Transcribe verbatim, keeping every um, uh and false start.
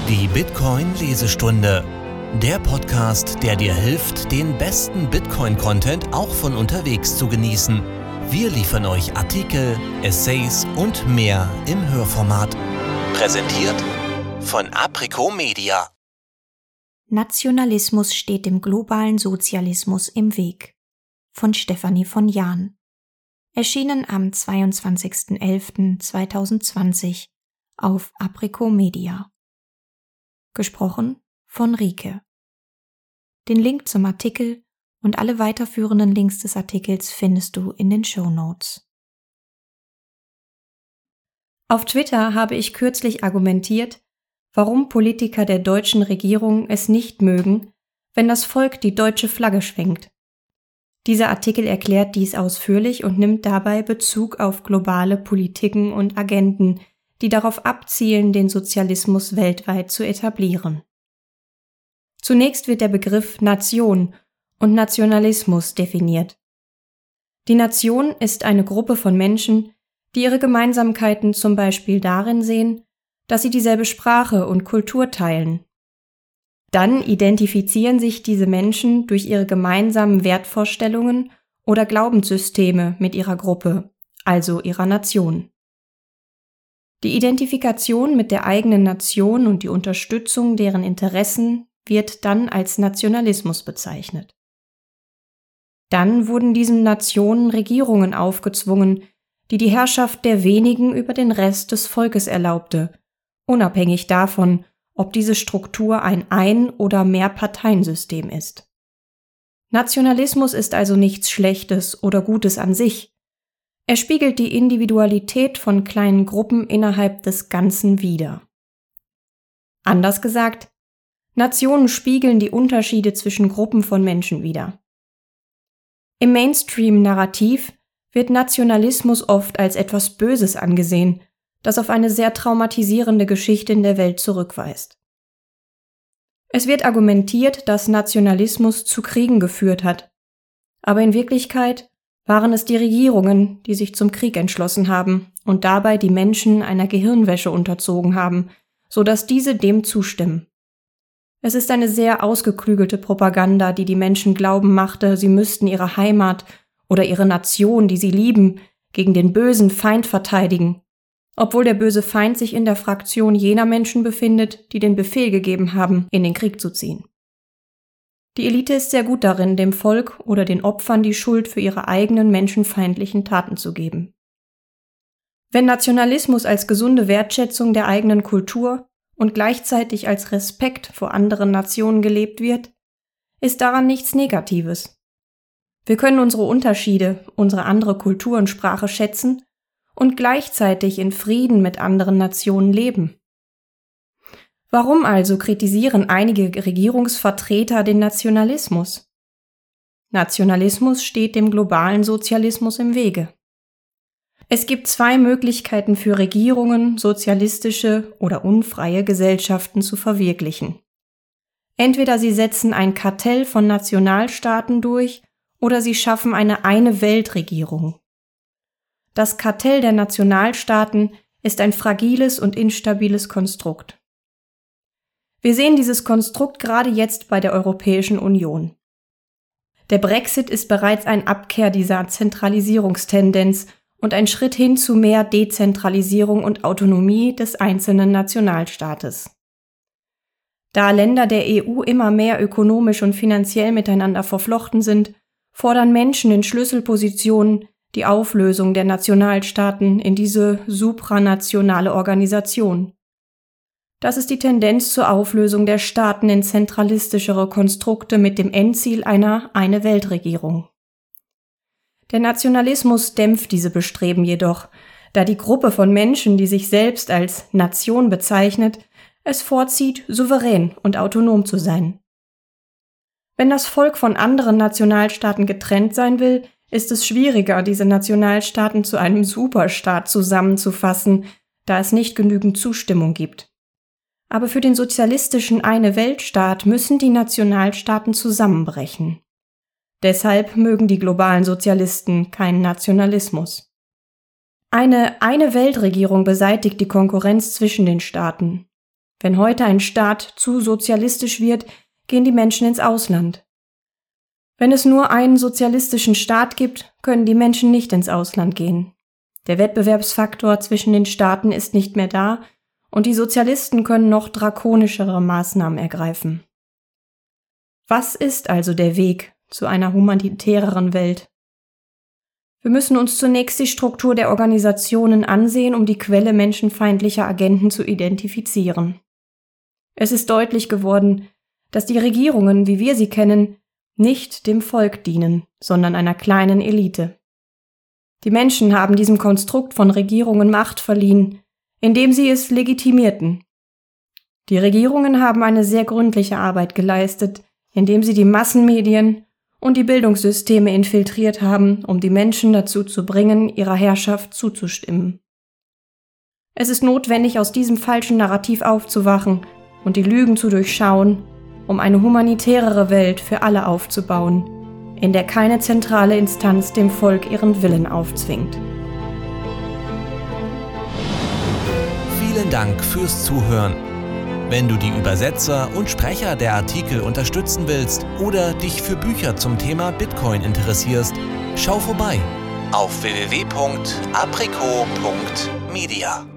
Die Bitcoin-Lesestunde. Der Podcast, der dir hilft, den besten Bitcoin-Content auch von unterwegs zu genießen. Wir liefern euch Artikel, Essays und mehr im Hörformat. Präsentiert von Apricot Media. Nationalismus steht dem globalen Sozialismus im Weg. Von Stefanie von Jahn. Erschienen am zweiundzwanzigsten elften zweitausendzwanzig auf Apricot Media. Gesprochen von Rike. Den Link zum Artikel und alle weiterführenden Links des Artikels findest du in den Shownotes. Auf Twitter habe ich kürzlich argumentiert, warum Politiker der deutschen Regierung es nicht mögen, wenn das Volk die deutsche Flagge schwenkt. Dieser Artikel erklärt dies ausführlich und nimmt dabei Bezug auf globale Politiken und Agenden, die darauf abzielen, den Sozialismus weltweit zu etablieren. Zunächst wird der Begriff Nation und Nationalismus definiert. Die Nation ist eine Gruppe von Menschen, die ihre Gemeinsamkeiten zum Beispiel darin sehen, dass sie dieselbe Sprache und Kultur teilen. Dann identifizieren sich diese Menschen durch ihre gemeinsamen Wertvorstellungen oder Glaubenssysteme mit ihrer Gruppe, also ihrer Nation. Die Identifikation mit der eigenen Nation und die Unterstützung deren Interessen wird dann als Nationalismus bezeichnet. Dann wurden diesen Nationen Regierungen aufgezwungen, die die Herrschaft der wenigen über den Rest des Volkes erlaubte, unabhängig davon, ob diese Struktur ein Ein- oder Mehrparteiensystem ist. Nationalismus ist also nichts Schlechtes oder Gutes an sich. Er spiegelt die Individualität von kleinen Gruppen innerhalb des Ganzen wider. Anders gesagt, Nationen spiegeln die Unterschiede zwischen Gruppen von Menschen wider. Im Mainstream-Narrativ wird Nationalismus oft als etwas Böses angesehen, das auf eine sehr traumatisierende Geschichte in der Welt zurückweist. Es wird argumentiert, dass Nationalismus zu Kriegen geführt hat, aber in Wirklichkeit waren es die Regierungen, die sich zum Krieg entschlossen haben und dabei die Menschen einer Gehirnwäsche unterzogen haben, sodass diese dem zustimmen. Es ist eine sehr ausgeklügelte Propaganda, die die Menschen glauben machte, sie müssten ihre Heimat oder ihre Nation, die sie lieben, gegen den bösen Feind verteidigen, obwohl der böse Feind sich in der Fraktion jener Menschen befindet, die den Befehl gegeben haben, in den Krieg zu ziehen. Die Elite ist sehr gut darin, dem Volk oder den Opfern die Schuld für ihre eigenen menschenfeindlichen Taten zu geben. Wenn Nationalismus als gesunde Wertschätzung der eigenen Kultur und gleichzeitig als Respekt vor anderen Nationen gelebt wird, ist daran nichts Negatives. Wir können unsere Unterschiede, unsere andere Kultur und Sprache schätzen und gleichzeitig in Frieden mit anderen Nationen leben. Warum also kritisieren einige Regierungsvertreter den Nationalismus? Nationalismus steht dem globalen Sozialismus im Wege. Es gibt zwei Möglichkeiten für Regierungen, sozialistische oder unfreie Gesellschaften zu verwirklichen. Entweder sie setzen ein Kartell von Nationalstaaten durch oder sie schaffen eine Eine-Welt-Regierung. Das Kartell der Nationalstaaten ist ein fragiles und instabiles Konstrukt. Wir sehen dieses Konstrukt gerade jetzt bei der Europäischen Union. Der Brexit ist bereits eine Abkehr dieser Zentralisierungstendenz und ein Schritt hin zu mehr Dezentralisierung und Autonomie des einzelnen Nationalstaates. Da Länder der E U immer mehr ökonomisch und finanziell miteinander verflochten sind, fordern Menschen in Schlüsselpositionen die Auflösung der Nationalstaaten in diese supranationale Organisation. Das ist die Tendenz zur Auflösung der Staaten in zentralistischere Konstrukte mit dem Endziel einer Eine-Welt-Regierung. Der Nationalismus dämpft diese Bestreben jedoch, da die Gruppe von Menschen, die sich selbst als Nation bezeichnet, es vorzieht, souverän und autonom zu sein. Wenn das Volk von anderen Nationalstaaten getrennt sein will, ist es schwieriger, diese Nationalstaaten zu einem Superstaat zusammenzufassen, da es nicht genügend Zustimmung gibt. Aber für den sozialistischen Eine-Welt-Staat müssen die Nationalstaaten zusammenbrechen. Deshalb mögen die globalen Sozialisten keinen Nationalismus. Eine Eine-Welt-Regierung beseitigt die Konkurrenz zwischen den Staaten. Wenn heute ein Staat zu sozialistisch wird, gehen die Menschen ins Ausland. Wenn es nur einen sozialistischen Staat gibt, können die Menschen nicht ins Ausland gehen. Der Wettbewerbsfaktor zwischen den Staaten ist nicht mehr da und die Sozialisten können noch drakonischere Maßnahmen ergreifen. Was ist also der Weg zu einer humanitäreren Welt? Wir müssen uns zunächst die Struktur der Organisationen ansehen, um die Quelle menschenfeindlicher Agenten zu identifizieren. Es ist deutlich geworden, dass die Regierungen, wie wir sie kennen, nicht dem Volk dienen, sondern einer kleinen Elite. Die Menschen haben diesem Konstrukt von Regierungen Macht verliehen, indem sie es legitimierten. Die Regierungen haben eine sehr gründliche Arbeit geleistet, indem sie die Massenmedien und die Bildungssysteme infiltriert haben, um die Menschen dazu zu bringen, ihrer Herrschaft zuzustimmen. Es ist notwendig, aus diesem falschen Narrativ aufzuwachen und die Lügen zu durchschauen, um eine humanitärere Welt für alle aufzubauen, in der keine zentrale Instanz dem Volk ihren Willen aufzwingt. Vielen Dank fürs Zuhören. Wenn du die Übersetzer und Sprecher der Artikel unterstützen willst oder dich für Bücher zum Thema Bitcoin interessierst, schau vorbei auf w w w punkt apriko punkt media.